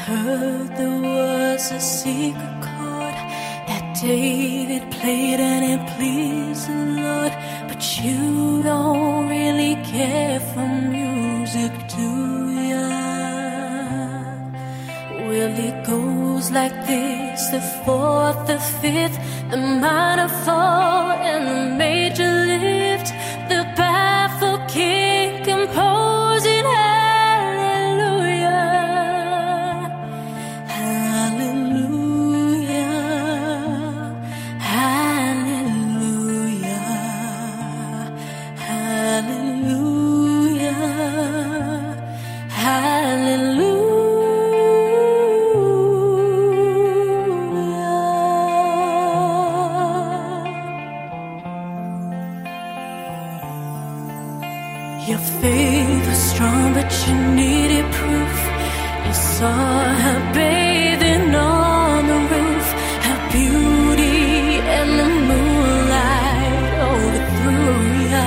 heard there was a secret chord that David played and it pleased the Lord. But you don't really care for music, do ya? Well, it goes like this: the fourth, the fifth, the minor fall, and the major lift. The baffled king composing hallelujah, hallelujah, hallelujah, hallelujah, hallelujah. Your faith was strong, but you needed proof. You saw her bathing on the roof, her beauty and the moonlight overthrew ya.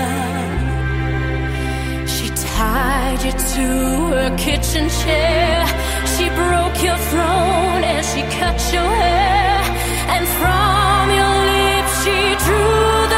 She tied you to her kitchen chair, she broke your throne and she cut your hair, and from your lips she drew the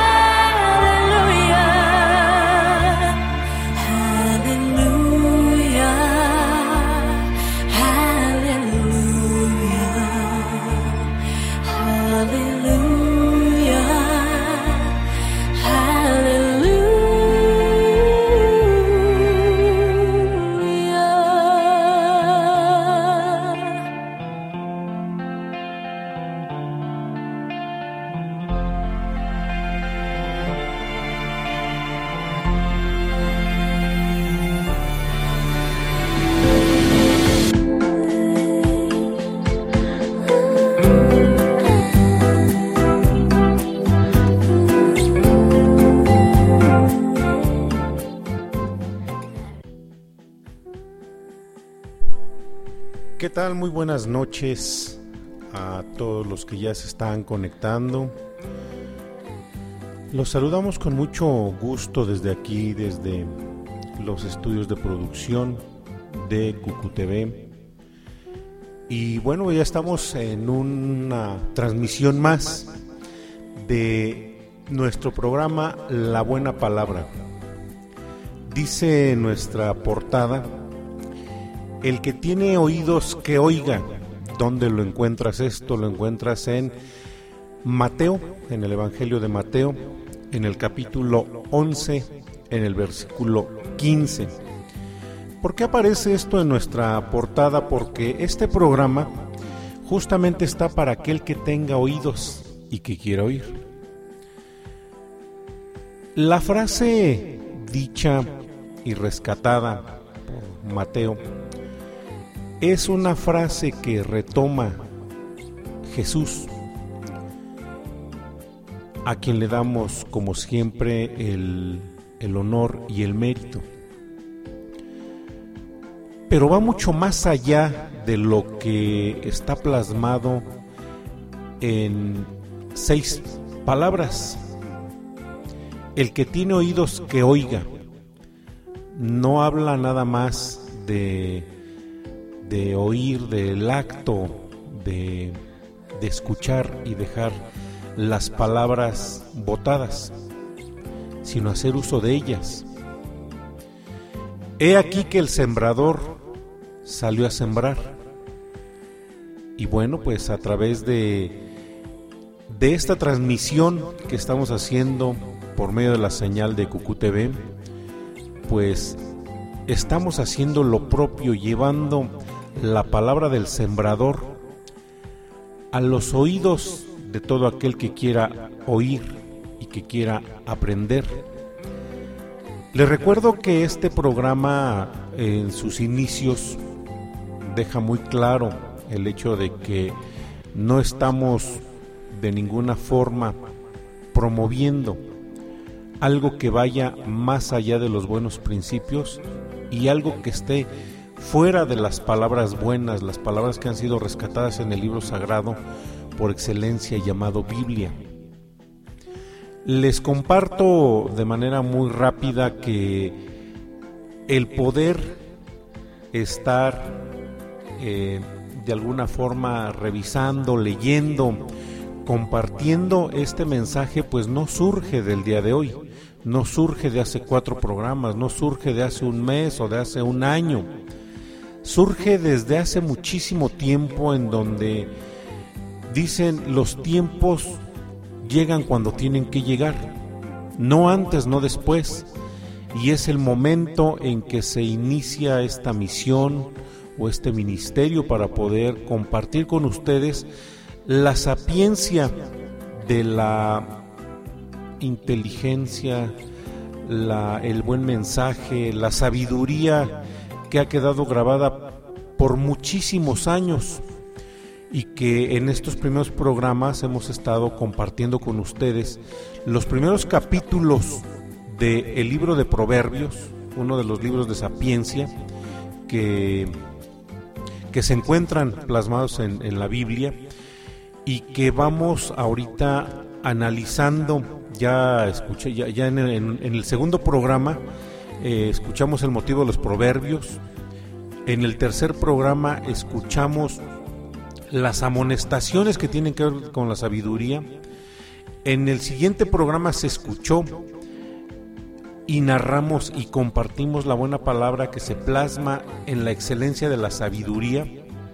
¿Qué tal? Muy buenas noches a todos los que ya se están conectando. Los saludamos con mucho gusto desde aquí, desde los estudios de producción de CucuTV. Y bueno, ya estamos en una transmisión más de nuestro programa La Buena Palabra. Dice nuestra portada: el que tiene oídos que oiga. ¿Dónde lo encuentras esto? Lo encuentras en Mateo, en el Evangelio de Mateo, en el capítulo 11, en el versículo 15. ¿Por qué aparece esto en nuestra portada? Porque este programa justamente está para aquel que tenga oídos y que quiera oír. La frase dicha y rescatada por Mateo es una frase que retoma Jesús, a quien le damos como siempre el honor y el mérito. Pero va mucho más allá de lo que está plasmado en 6 palabras. El que tiene oídos que oiga. No habla nada más de oír, del acto de escuchar y dejar las palabras botadas, sino hacer uso de ellas. He aquí que el sembrador salió a sembrar. Y bueno, pues a través de esta transmisión que estamos haciendo por medio de la señal de CucuTV, pues estamos haciendo lo propio, llevando la palabra del sembrador a los oídos de todo aquel que quiera oír y que quiera aprender. Les recuerdo que este programa en sus inicios deja muy claro el hecho de que no estamos de ninguna forma promoviendo algo que vaya más allá de los buenos principios y algo que esté fuera de las palabras buenas, las palabras que han sido rescatadas en el libro sagrado por excelencia llamado Biblia. Les comparto de manera muy rápida que el poder estar de alguna forma revisando, leyendo, compartiendo este mensaje, pues no surge del día de hoy, no surge de hace 4 programas, no surge de hace un mes o de hace un año, surge desde hace muchísimo tiempo, en donde dicen los tiempos llegan cuando tienen que llegar, no antes, no después, y es el momento en que se inicia esta misión o este ministerio para poder compartir con ustedes la sapiencia de la inteligencia, el buen mensaje, la sabiduría que ha quedado grabada por muchísimos años y que en estos primeros programas hemos estado compartiendo con ustedes los primeros capítulos del libro de Proverbios, uno de los libros de sapiencia que se encuentran plasmados en la Biblia y que vamos ahorita analizando. Ya escuché, ya en el segundo programa escuchamos el motivo de los proverbios. En el tercer programa escuchamos las amonestaciones que tienen que ver con la sabiduría. En el siguiente programa se escuchó y narramos y compartimos la buena palabra que se plasma en la excelencia de la sabiduría,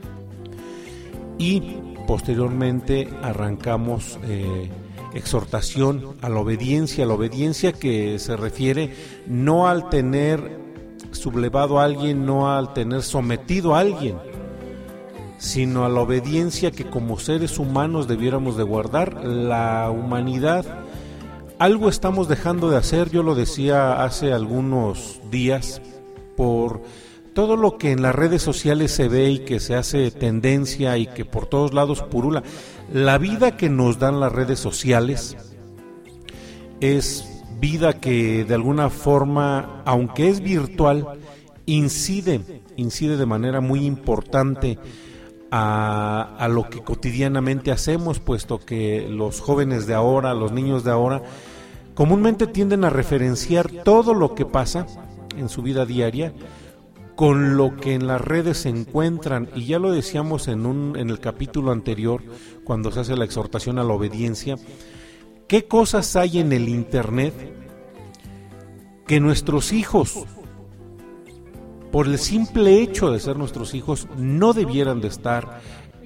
y posteriormente arrancamos exhortación a la obediencia que se refiere no al tener sublevado a alguien, no al tener sometido a alguien, sino a la obediencia que como seres humanos debiéramos de guardar. La humanidad, algo estamos dejando de hacer, yo lo decía hace algunos días, por todo lo que en las redes sociales se ve y que se hace tendencia y que por todos lados purula. La vida que nos dan las redes sociales es vida que de alguna forma, aunque es virtual, incide de manera muy importante a lo que cotidianamente hacemos, puesto que los jóvenes de ahora, los niños de ahora, comúnmente tienden a referenciar todo lo que pasa en su vida diaria con lo que en las redes se encuentran, y ya lo decíamos en el capítulo anterior, cuando se hace la exhortación a la obediencia. ¿Qué cosas hay en el internet que nuestros hijos, por el simple hecho de ser nuestros hijos, no debieran de estar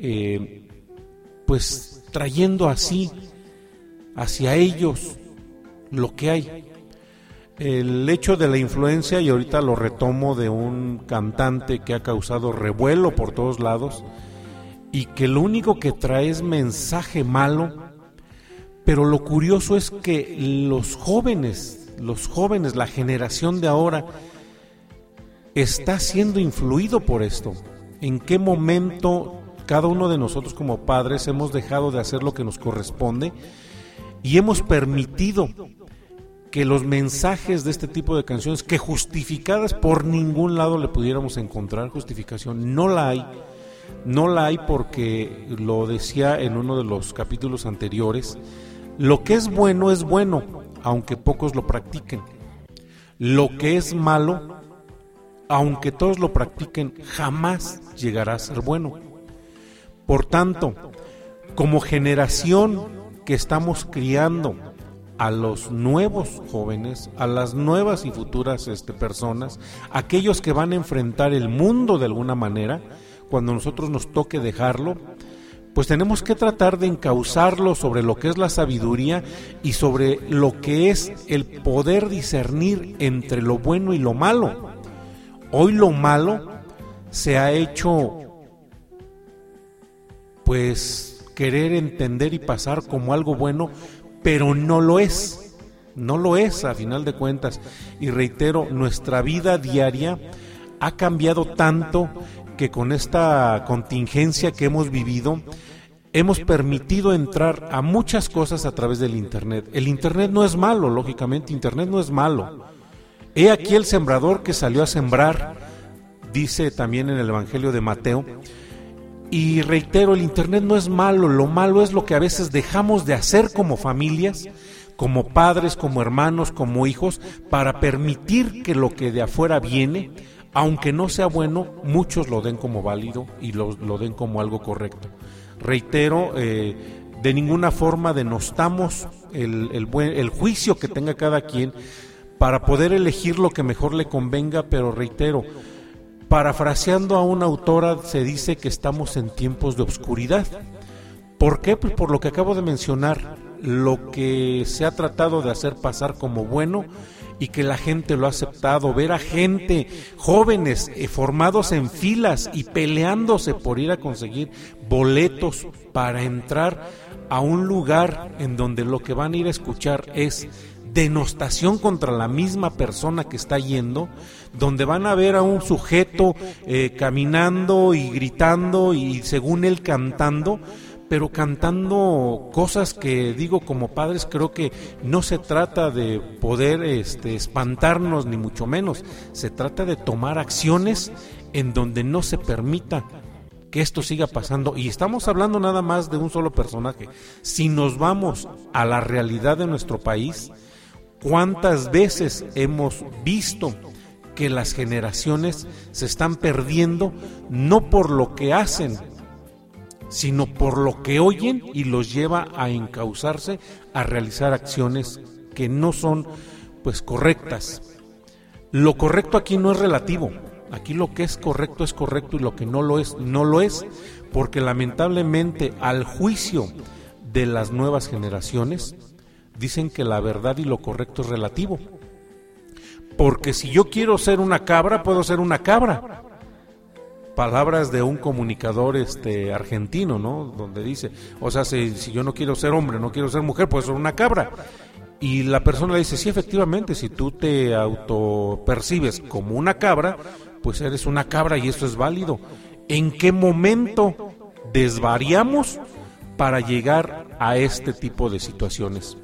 pues trayendo así hacia ellos lo que hay? El hecho de la influencia, y ahorita lo retomo, de un cantante que ha causado revuelo por todos lados y que lo único que trae es mensaje malo, pero lo curioso es que los jóvenes, la generación de ahora, está siendo influido por esto. ¿En qué momento cada uno de nosotros como padres hemos dejado de hacer lo que nos corresponde y hemos permitido que los mensajes de este tipo de canciones, que justificadas por ningún lado le pudiéramos encontrar justificación, no la hay, porque lo decía en uno de los capítulos anteriores, lo que es bueno, aunque pocos lo practiquen. Lo que es malo, aunque todos lo practiquen, jamás llegará a ser bueno. Por tanto, como generación que estamos criando a los nuevos jóvenes, a las nuevas y futuras personas, aquellos que van a enfrentar el mundo de alguna manera, cuando nosotros nos toque dejarlo, pues tenemos que tratar de encauzarlo sobre lo que es la sabiduría y sobre lo que es el poder discernir entre lo bueno y lo malo. Hoy lo malo se ha hecho pues querer entender y pasar como algo bueno, pero no lo es a final de cuentas. Y reitero, nuestra vida diaria ha cambiado tanto que con esta contingencia que hemos vivido, hemos permitido entrar a muchas cosas a través del internet. El internet no es malo, lógicamente, internet no es malo. He aquí el sembrador que salió a sembrar, dice también en el Evangelio de Mateo. Y reitero, el internet no es malo, lo malo es lo que a veces dejamos de hacer como familias, como padres, como hermanos, como hijos, para permitir que lo que de afuera viene aunque no sea bueno, muchos lo den como válido y lo den como algo correcto. Reitero, de ninguna forma denostamos el juicio que tenga cada quien para poder elegir lo que mejor le convenga, pero reitero, parafraseando a una autora, se dice que estamos en tiempos de oscuridad. ¿Por qué? Pues por lo que acabo de mencionar, lo que se ha tratado de hacer pasar como bueno y que la gente lo ha aceptado, ver a gente, jóvenes formados en filas y peleándose por ir a conseguir boletos para entrar a un lugar en donde lo que van a ir a escuchar es denostación contra la misma persona que está yendo, donde van a ver a un sujeto caminando y gritando y según él cantando, pero cantando cosas que, digo, como padres creo que no se trata de poder espantarnos ni mucho menos, se trata de tomar acciones en donde no se permita que esto siga pasando. Y estamos hablando nada más de un solo personaje. Si nos vamos a la realidad de nuestro país, ¿cuántas veces hemos visto que las generaciones se están perdiendo no por lo que hacen, sino por lo que oyen y los lleva a encauzarse a realizar acciones que no son pues correctas? Lo correcto aquí no es relativo, aquí lo que es correcto y lo que no lo es, porque lamentablemente al juicio de las nuevas generaciones dicen que la verdad y lo correcto es relativo, porque si yo quiero ser una cabra, puedo ser una cabra. Palabras de un comunicador argentino, ¿no? Donde dice, o sea, si yo no quiero ser hombre, no quiero ser mujer, puedo ser una cabra. Y la persona le dice, sí, efectivamente, si tú te autopercibes como una cabra, pues eres una cabra y eso es válido. ¿En qué momento desvariamos para llegar a este tipo de situaciones?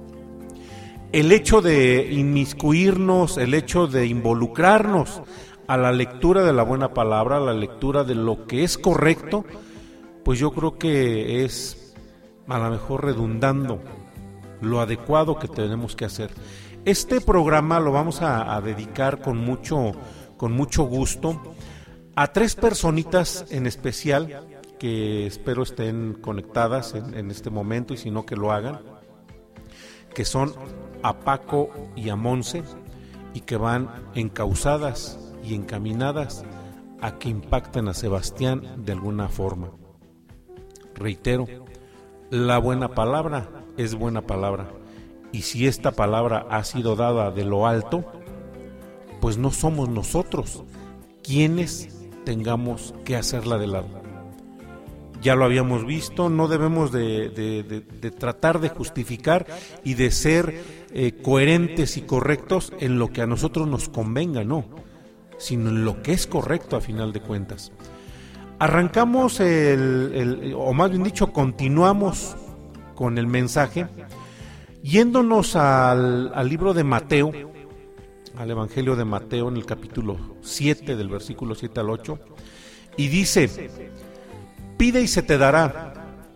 El hecho de inmiscuirnos, el hecho de involucrarnos a la lectura de la buena palabra, a la lectura de lo que es correcto, pues yo creo que es a lo mejor redundando lo adecuado que tenemos que hacer. Este programa lo vamos a dedicar con mucho gusto a 3 personitas en especial que espero estén conectadas en este momento y si no que lo hagan, que son a Paco y a Monse y que van encausadas y encaminadas a que impacten a Sebastián de alguna forma. Reitero, la buena palabra es buena palabra, y si esta palabra ha sido dada de lo alto, pues no somos nosotros quienes tengamos que hacerla de lado. Ya lo habíamos visto, no debemos de tratar de justificar y de ser coherentes y correctos en lo que a nosotros nos convenga, no, sino en lo que es correcto a final de cuentas. Arrancamos o más bien dicho, continuamos con el mensaje, yéndonos al libro de Mateo, al Evangelio de Mateo en el capítulo 7, del versículo 7 al 8, y dice, pide y se te dará,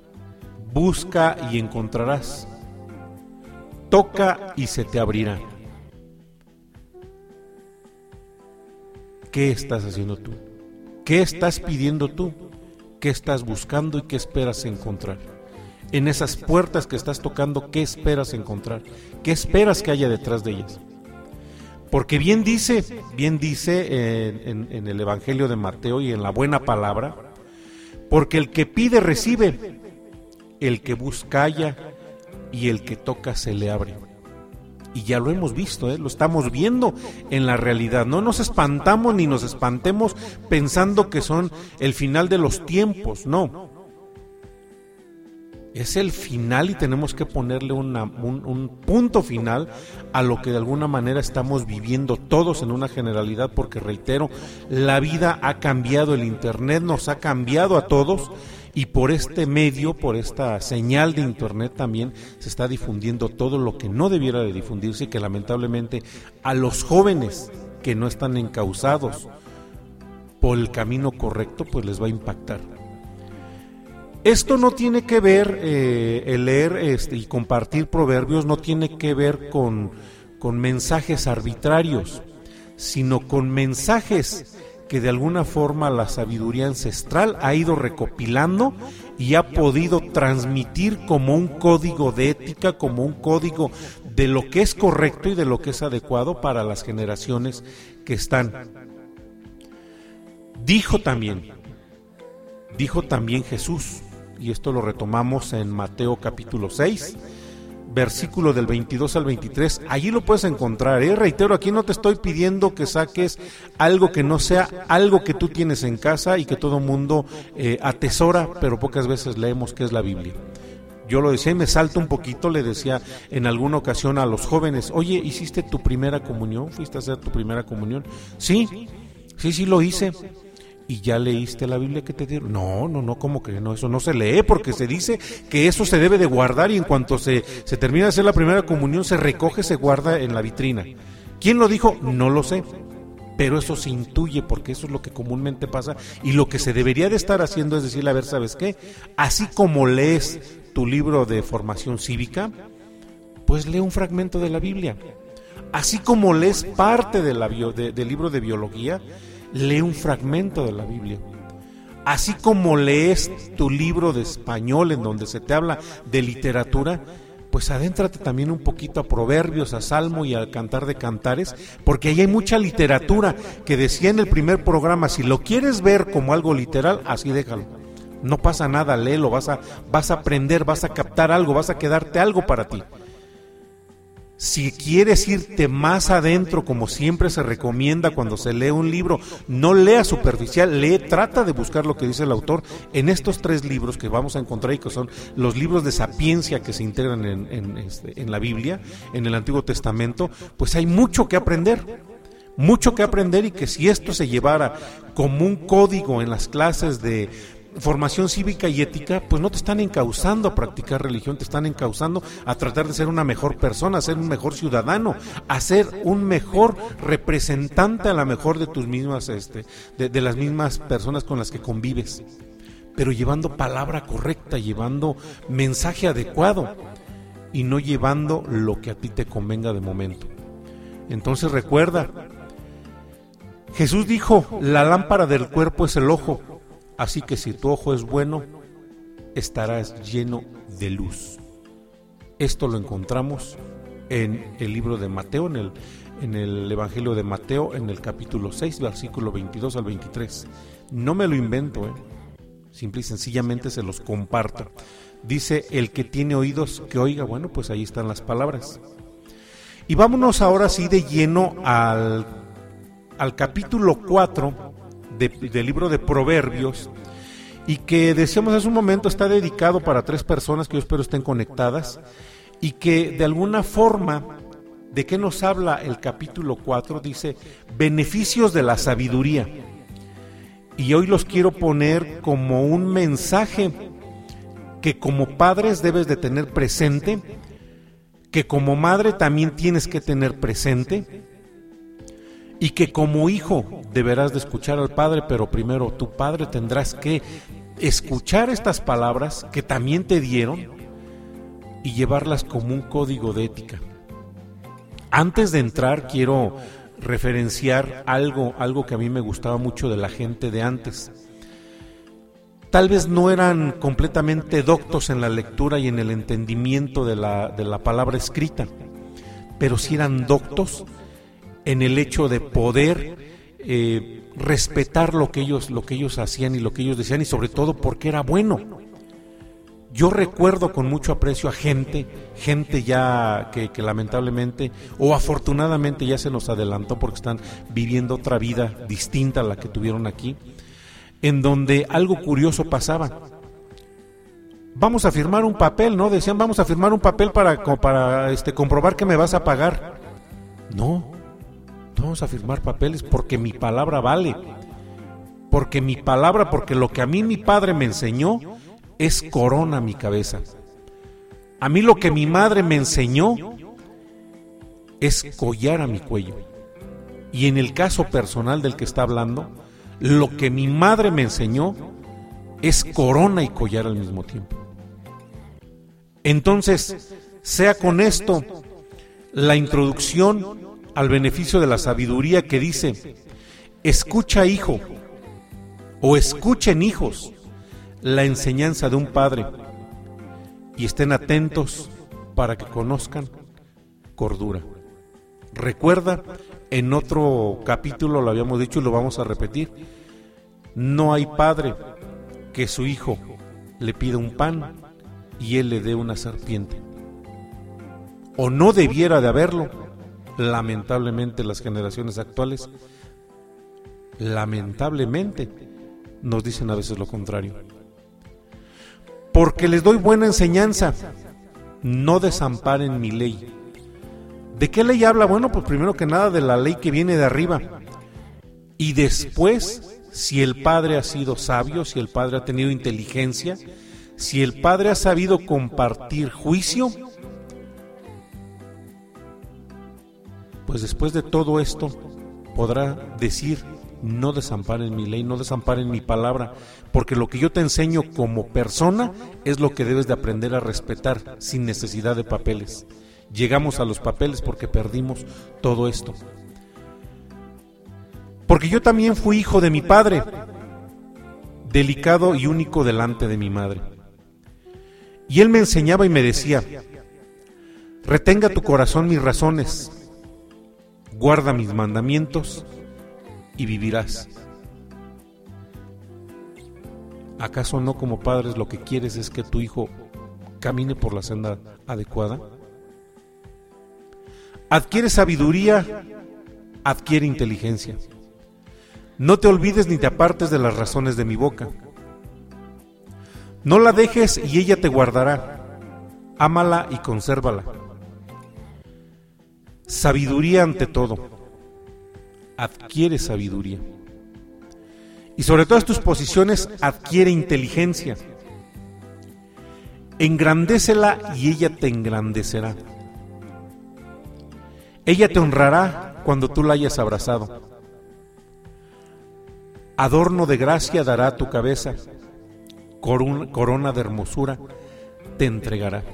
busca y encontrarás, toca y se te abrirá. ¿Qué estás haciendo tú? ¿Qué estás pidiendo tú? ¿Qué estás buscando y qué esperas encontrar? En esas puertas que estás tocando, ¿qué esperas encontrar? ¿Qué esperas que haya detrás de ellas? Porque bien dice en el Evangelio de Mateo y en la buena palabra, porque el que pide recibe, el que busca halla y el que toca se le abre. Y ya lo hemos visto, lo estamos viendo en la realidad. No nos espantamos ni nos espantemos pensando que son el final de los tiempos, no. Es el final y tenemos que ponerle un punto final a lo que de alguna manera estamos viviendo todos en una generalidad, porque reitero, la vida ha cambiado, el internet nos ha cambiado a todos. Y por este medio, por esta señal de internet también se está difundiendo todo lo que no debiera de difundirse y que lamentablemente a los jóvenes que no están encausados por el camino correcto, pues les va a impactar. Esto no tiene que ver, el leer y compartir proverbios no tiene que ver con mensajes arbitrarios, sino con mensajes que de alguna forma la sabiduría ancestral ha ido recopilando y ha podido transmitir como un código de ética, como un código de lo que es correcto y de lo que es adecuado para las generaciones que están. Dijo también Jesús, y esto lo retomamos en Mateo capítulo 6, versículo del 22 al 23, allí lo puedes encontrar, reitero, aquí no te estoy pidiendo que saques algo que no sea algo que tú tienes en casa y que todo mundo atesora, pero pocas veces leemos que es la Biblia. Yo lo decía y me salto un poquito, le decía en alguna ocasión a los jóvenes, oye, ¿hiciste tu primera comunión? ¿Fuiste a hacer tu primera comunión? Sí lo hice. ¿Y ya leíste la Biblia que te dieron? No, ¿cómo que no? Eso no se lee, porque se dice que eso se debe de guardar y en cuanto se termina de hacer la primera comunión, se recoge, se guarda en la vitrina. ¿Quién lo dijo? No lo sé, pero eso se intuye, porque eso es lo que comúnmente pasa y lo que se debería de estar haciendo es decirle, a ver, ¿sabes qué? Así como lees tu libro de formación cívica, pues lee un fragmento de la Biblia. Así como lees parte del libro de biología, lee un fragmento de la Biblia. Así como lees tu libro de español en donde se te habla de literatura, pues adéntrate también un poquito a Proverbios, a Salmo y al Cantar de Cantares, porque ahí hay mucha literatura que decía en el primer programa, si lo quieres ver como algo literal, así déjalo. No pasa nada, léelo, vas a aprender, vas a captar algo, vas a quedarte algo para ti. Si quieres irte más adentro, como siempre se recomienda cuando se lee un libro, no lea superficial, trata de buscar lo que dice el autor en estos 3 libros que vamos a encontrar y que son los libros de sapiencia que se integran en la Biblia, en el Antiguo Testamento, pues hay mucho que aprender y que si esto se llevara como un código en las clases de formación cívica y ética, pues no te están encauzando a practicar religión, te están encauzando a tratar de ser una mejor persona, a ser un mejor ciudadano, a ser un mejor representante a la mejor de tus mismas, de las mismas personas con las que convives, pero llevando palabra correcta, llevando mensaje adecuado y no llevando lo que a ti te convenga de momento. Entonces recuerda, Jesús dijo, la lámpara del cuerpo es el ojo. Así que si tu ojo es bueno, estarás lleno de luz. Esto lo encontramos en el libro de Mateo, en el Evangelio de Mateo, en el capítulo 6, versículo 22 al 23. No me lo invento, simple y sencillamente se los comparto. Dice, el que tiene oídos, que oiga. Bueno, pues ahí están las palabras. Y vámonos ahora sí de lleno al capítulo 4 del libro de Proverbios, y que decíamos hace un momento está dedicado para 3 personas que yo espero estén conectadas, y que de alguna forma, ¿de qué nos habla el capítulo 4? Dice, beneficios de la sabiduría, y hoy los quiero poner como un mensaje que como padres debes de tener presente, que como madre también tienes que tener presente, y que como hijo deberás de escuchar al padre, pero primero tu padre tendrás que escuchar estas palabras que también te dieron y llevarlas como un código de ética. Antes de entrar quiero referenciar algo que a mí me gustaba mucho de la gente de antes. Tal vez no eran completamente doctos en la lectura y en el entendimiento de la palabra escrita, pero sí eran doctos en el hecho de poder respetar lo que ellos hacían y lo que ellos decían, y sobre todo porque era bueno. Yo recuerdo con mucho aprecio a gente ya que lamentablemente o afortunadamente ya se nos adelantó porque están viviendo otra vida distinta a la que tuvieron aquí, en donde algo curioso pasaba. Vamos a firmar un papel, ¿no? Decían, vamos a firmar un papel para comprobar que me vas a pagar. No vamos a firmar papeles porque mi palabra vale. Porque lo que a mí mi padre me enseñó es corona a mi cabeza. A mí lo que mi madre me enseñó es collar a mi cuello. Y en el caso personal del que está hablando, lo que mi madre me enseñó es corona y collar al mismo tiempo. Entonces, sea con esto la introducción al beneficio de la sabiduría que dice: escucha, hijo, o escuchen, hijos, la enseñanza de un padre, y estén atentos para que conozcan cordura. Recuerda, en otro capítulo lo habíamos dicho y lo vamos a repetir: no hay padre que su hijo le pida un pan y él le dé una serpiente. O no debiera de haberlo. Lamentablemente las generaciones actuales, lamentablemente, nos dicen a veces lo contrario. Porque les doy buena enseñanza, no desamparen mi ley. ¿De qué ley habla? Bueno, pues primero que nada de la ley que viene de arriba. Y después, si el padre ha sido sabio, si el padre ha tenido inteligencia, si el padre ha sabido compartir juicio, pues después de todo esto podrá decir: no desamparen mi ley, no desamparen mi palabra, porque lo que yo te enseño como persona es lo que debes de aprender a respetar sin necesidad de papeles. Llegamos a los papeles porque perdimos todo esto. Porque yo también fui hijo de mi padre, delicado y único delante de mi madre. Y él me enseñaba y me decía: retenga tu corazón mis razones, guarda mis mandamientos y vivirás. ¿Acaso no, como padres, lo que quieres es que tu hijo camine por la senda adecuada? Adquiere sabiduría, adquiere inteligencia. No te olvides ni te apartes de las razones de mi boca. No la dejes y ella te guardará. Ámala y consérvala. Sabiduría ante todo. Adquiere sabiduría. Y sobre todas tus posiciones, adquiere inteligencia. Engrandécela y ella te engrandecerá. Ella te honrará cuando tú la hayas abrazado. Adorno de gracia dará a tu cabeza. Corona de hermosura te entregará.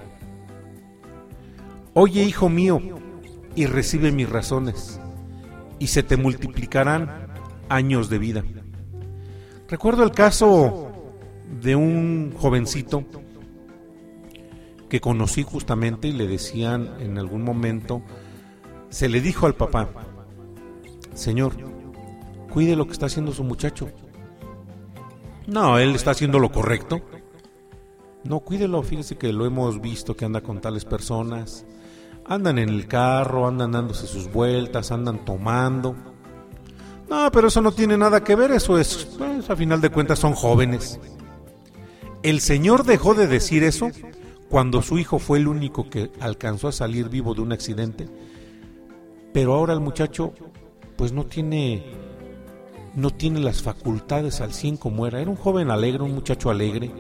Oye, hijo mío, y recibe mis razones, y se te multiplicarán años de vida. Recuerdo el caso de un jovencito que conocí justamente, y le decían en algún momento, se le dijo al papá: señor, cuide lo que está haciendo su muchacho. No, él está haciendo lo correcto. No, cuídelo, fíjese que lo hemos visto que anda con tales personas. Andan en el carro, andan dándose sus vueltas, andan tomando. No, pero eso no tiene nada que ver, eso es, pues, a final de cuentas son jóvenes. El señor dejó de decir eso cuando su hijo fue el único que alcanzó a salir vivo de un accidente. Pero ahora el muchacho, pues no tiene las facultades al 100 como era. Era un joven alegre, un muchacho alegre,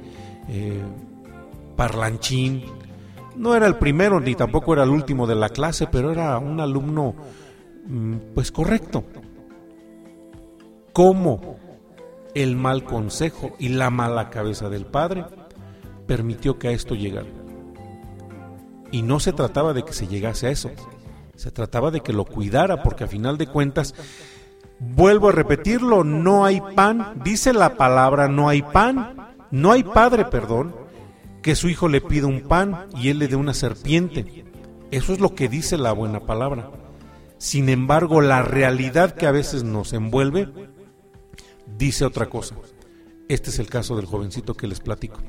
parlanchín. No era el primero ni tampoco era el último de la clase, pero era un alumno pues correcto. ¿Cómo el mal consejo y la mala cabeza del padre permitió que a esto llegara? Y no se trataba de que se llegase a eso, se trataba de que lo cuidara, porque a final de cuentas, vuelvo a repetirlo, no hay pan, dice la palabra, no hay pan, no hay padre, que su hijo le pida un pan y él le dé una serpiente. Eso es lo que dice la buena palabra. Sin embargo, la realidad que a veces nos envuelve dice otra cosa. Este es el caso del jovencito que les platico.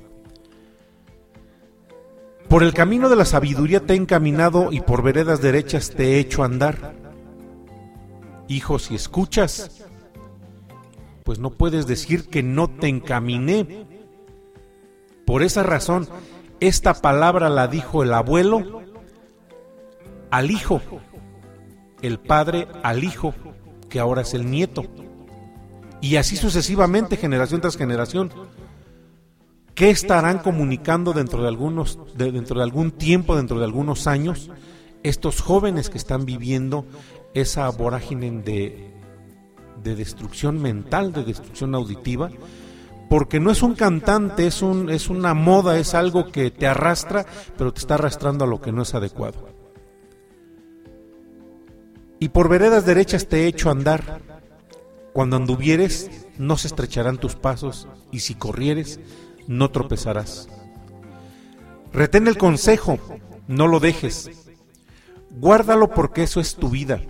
Por el camino de la sabiduría te he encaminado y por veredas derechas te he hecho andar. Hijo, si escuchas, pues no puedes decir que no te encaminé. Por esa razón, esta palabra la dijo el abuelo al hijo, el padre al hijo, que ahora es el nieto. Y así sucesivamente, generación tras generación. ¿Qué estarán comunicando dentro de algún tiempo, dentro de algunos años, estos jóvenes que están viviendo esa vorágine de destrucción mental, de destrucción auditiva? Porque no es un cantante, es una moda, es algo que te arrastra, pero te está arrastrando a lo que no es adecuado. Y por veredas derechas te he hecho andar. Cuando anduvieres, no se estrecharán tus pasos, y si corrieres, no tropezarás. Retén el consejo, no lo dejes. Guárdalo porque eso es tu vida.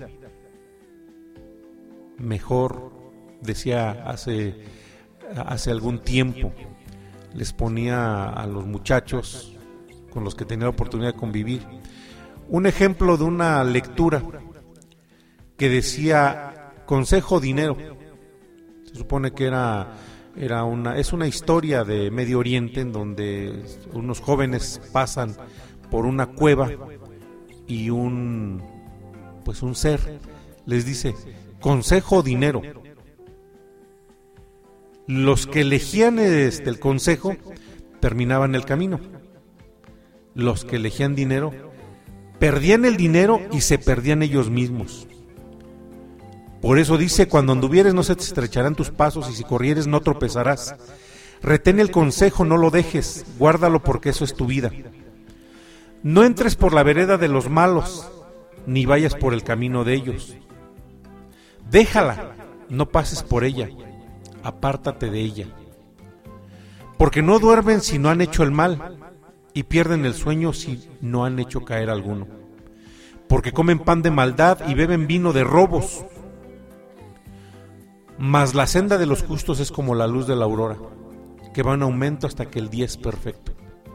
Mejor, decía hace algún tiempo, les ponía a los muchachos con los que tenía la oportunidad de convivir un ejemplo de una lectura que decía consejo dinero. Se supone que es una historia de Medio Oriente en donde unos jóvenes pasan por una cueva y un ser les dice consejo dinero. Los que elegían el consejo terminaban el camino. Los que elegían dinero perdían el dinero y se perdían ellos mismos. Por eso dice, cuando anduvieres no se te estrecharán tus pasos, y si corrieres no tropezarás. Retén el consejo, no lo dejes, guárdalo porque eso es tu vida. No entres por la vereda de los malos, ni vayas por el camino de ellos. Déjala, no pases por ella, apártate de ella. Porque no duermen si no han hecho el mal, y pierden el sueño si no han hecho caer alguno. Porque comen pan de maldad y beben vino de robos. Mas la senda de los justos es como la luz de la aurora, que va en aumento hasta que el día es perfecto.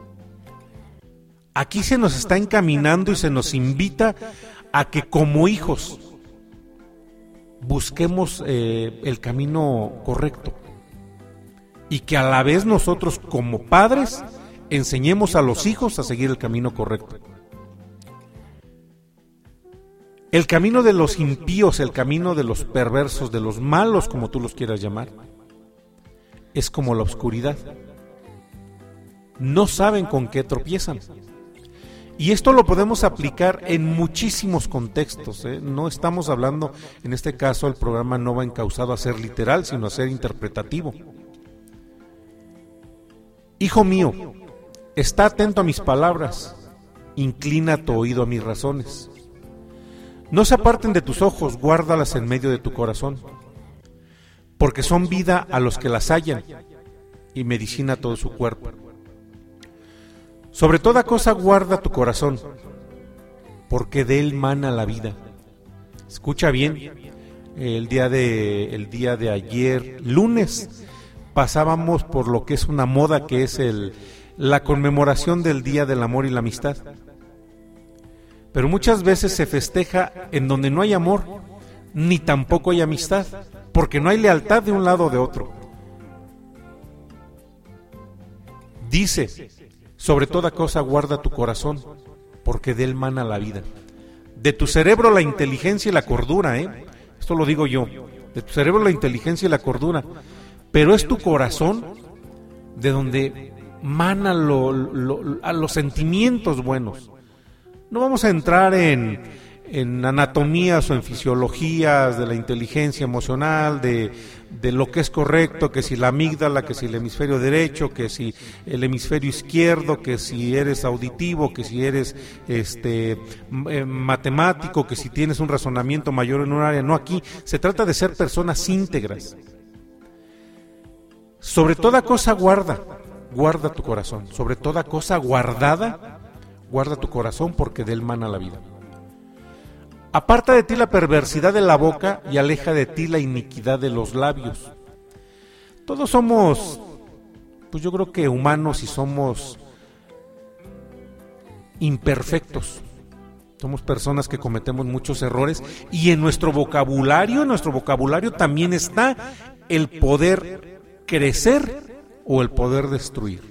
Aquí se nos está encaminando y se nos invita a que como hijos busquemos el camino correcto, y que a la vez nosotros como padres enseñemos a los hijos a seguir el camino correcto. El camino de los impíos, el camino de los perversos, de los malos, como tú los quieras llamar, es como la oscuridad. No saben con qué tropiezan. Y esto lo podemos aplicar en muchísimos contextos, ¿eh? No estamos hablando, en este caso el programa no va encauzado a ser literal, sino a ser interpretativo. Hijo mío, está atento a mis palabras, inclina tu oído a mis razones. No se aparten de tus ojos, guárdalas en medio de tu corazón, porque son vida a los que las hallan y medicina a todo su cuerpo. Sobre toda cosa guarda tu corazón, porque de él mana la vida. Escucha bien, el día de ayer, lunes, pasábamos por lo que es una moda, que es la conmemoración del Día del Amor y la Amistad. Pero muchas veces se festeja en donde no hay amor, ni tampoco hay amistad, porque no hay lealtad de un lado o de otro. Dice, sobre toda cosa guarda tu corazón, porque de él mana la vida. De tu cerebro la inteligencia y la cordura, esto lo digo yo, de tu cerebro la inteligencia y la cordura, pero es tu corazón de donde mana a los sentimientos buenos. No vamos a entrar en anatomías o en fisiologías de la inteligencia emocional, de lo que es correcto, que si la amígdala, que si el hemisferio derecho, que si el hemisferio izquierdo, que si eres auditivo, que si eres matemático, que si tienes un razonamiento mayor en un área. No, aquí se trata de ser personas íntegras. Sobre toda cosa guarda tu corazón. Sobre toda cosa guardada, guarda tu corazón, porque de él mana la vida. Aparta de ti la perversidad de la boca y aleja de ti la iniquidad de los labios. Todos somos, pues yo creo que humanos, y somos imperfectos. Somos personas que cometemos muchos errores, y en nuestro vocabulario también está el poder crecer o el poder destruir.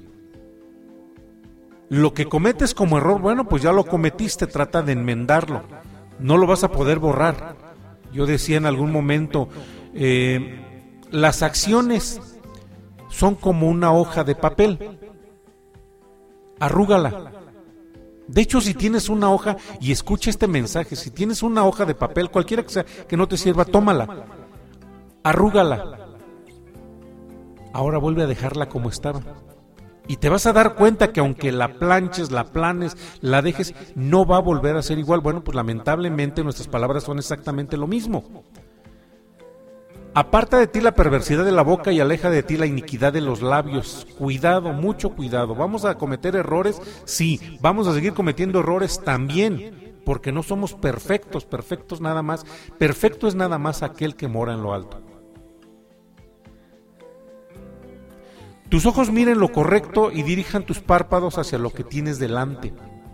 Lo que cometes como error, bueno, pues ya lo cometiste, trata de enmendarlo. No lo vas a poder borrar. Yo decía en algún momento, las acciones son como una hoja de papel. Arrúgala. De hecho, si tienes una hoja, y escucha este mensaje, si tienes una hoja de papel, cualquiera que sea, que no te sirva, tómala. Arrúgala. Ahora vuelve a dejarla como estaba. Y te vas a dar cuenta que aunque la planches, la planes, la dejes, no va a volver a ser igual. Bueno, pues lamentablemente nuestras palabras son exactamente lo mismo. Aparta de ti la perversidad de la boca y aleja de ti la iniquidad de los labios. Cuidado, mucho cuidado. ¿Vamos a cometer errores? Sí. ¿Vamos a seguir cometiendo errores? También. Porque no somos perfectos, perfectos nada más. Perfecto es nada más aquel que mora en lo alto. Tus ojos miren lo correcto y dirijan tus párpados hacia lo que tienes delante.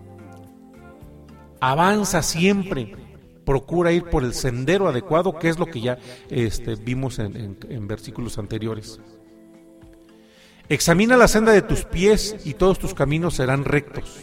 Avanza siempre. Procura ir por el sendero adecuado, que es lo que ya vimos en versículos anteriores. Examina la senda de tus pies y todos tus caminos serán rectos.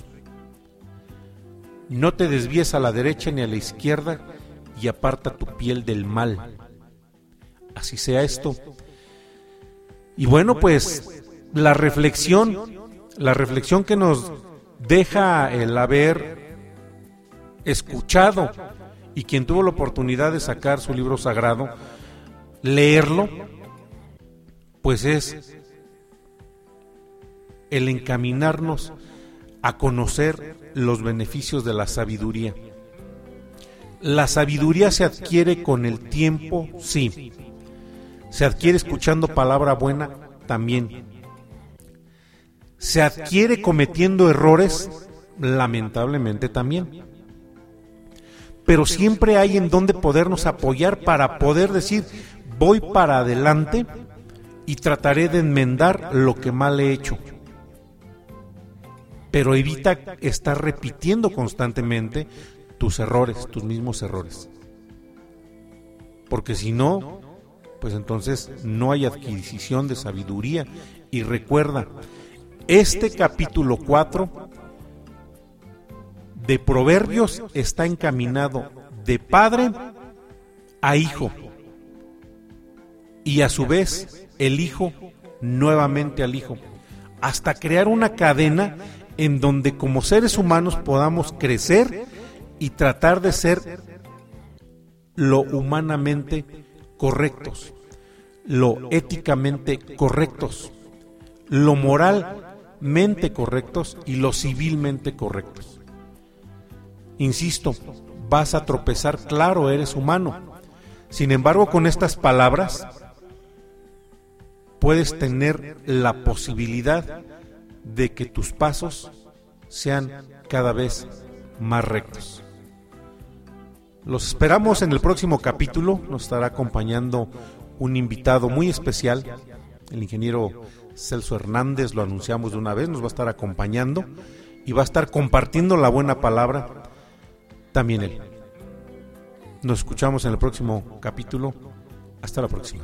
No te desvíes a la derecha ni a la izquierda y aparta tu piel del mal. Así sea esto. Y bueno, pues la reflexión que nos deja el haber escuchado y quien tuvo la oportunidad de sacar su libro sagrado, leerlo, pues es el encaminarnos a conocer los beneficios de la sabiduría. La sabiduría se adquiere con el tiempo, sí. Se adquiere escuchando palabra buena, también. Se adquiere cometiendo errores, lamentablemente también. Pero siempre hay en donde podernos apoyar para poder decir, voy para adelante y trataré de enmendar lo que mal he hecho. Pero evita estar repitiendo constantemente tus errores, tus mismos errores. Porque si no, pues entonces no hay adquisición de sabiduría. Y recuerda, este capítulo 4 de Proverbios está encaminado de padre a hijo. Y a su vez, el hijo nuevamente al hijo. Hasta crear una cadena en donde como seres humanos podamos crecer y tratar de ser lo humanamente correctos, lo éticamente correctos, lo moralmente correctos y lo civilmente correctos. Insisto, vas a tropezar, claro, eres humano. Sin embargo, con estas palabras puedes tener la posibilidad de que tus pasos sean cada vez más rectos. Los esperamos en el próximo capítulo. Nos estará acompañando un invitado muy especial, el ingeniero Celso Hernández, lo anunciamos de una vez, nos va a estar acompañando y va a estar compartiendo la buena palabra también él. Nos escuchamos en el próximo capítulo. Hasta la próxima.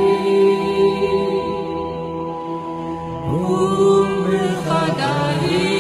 Khadai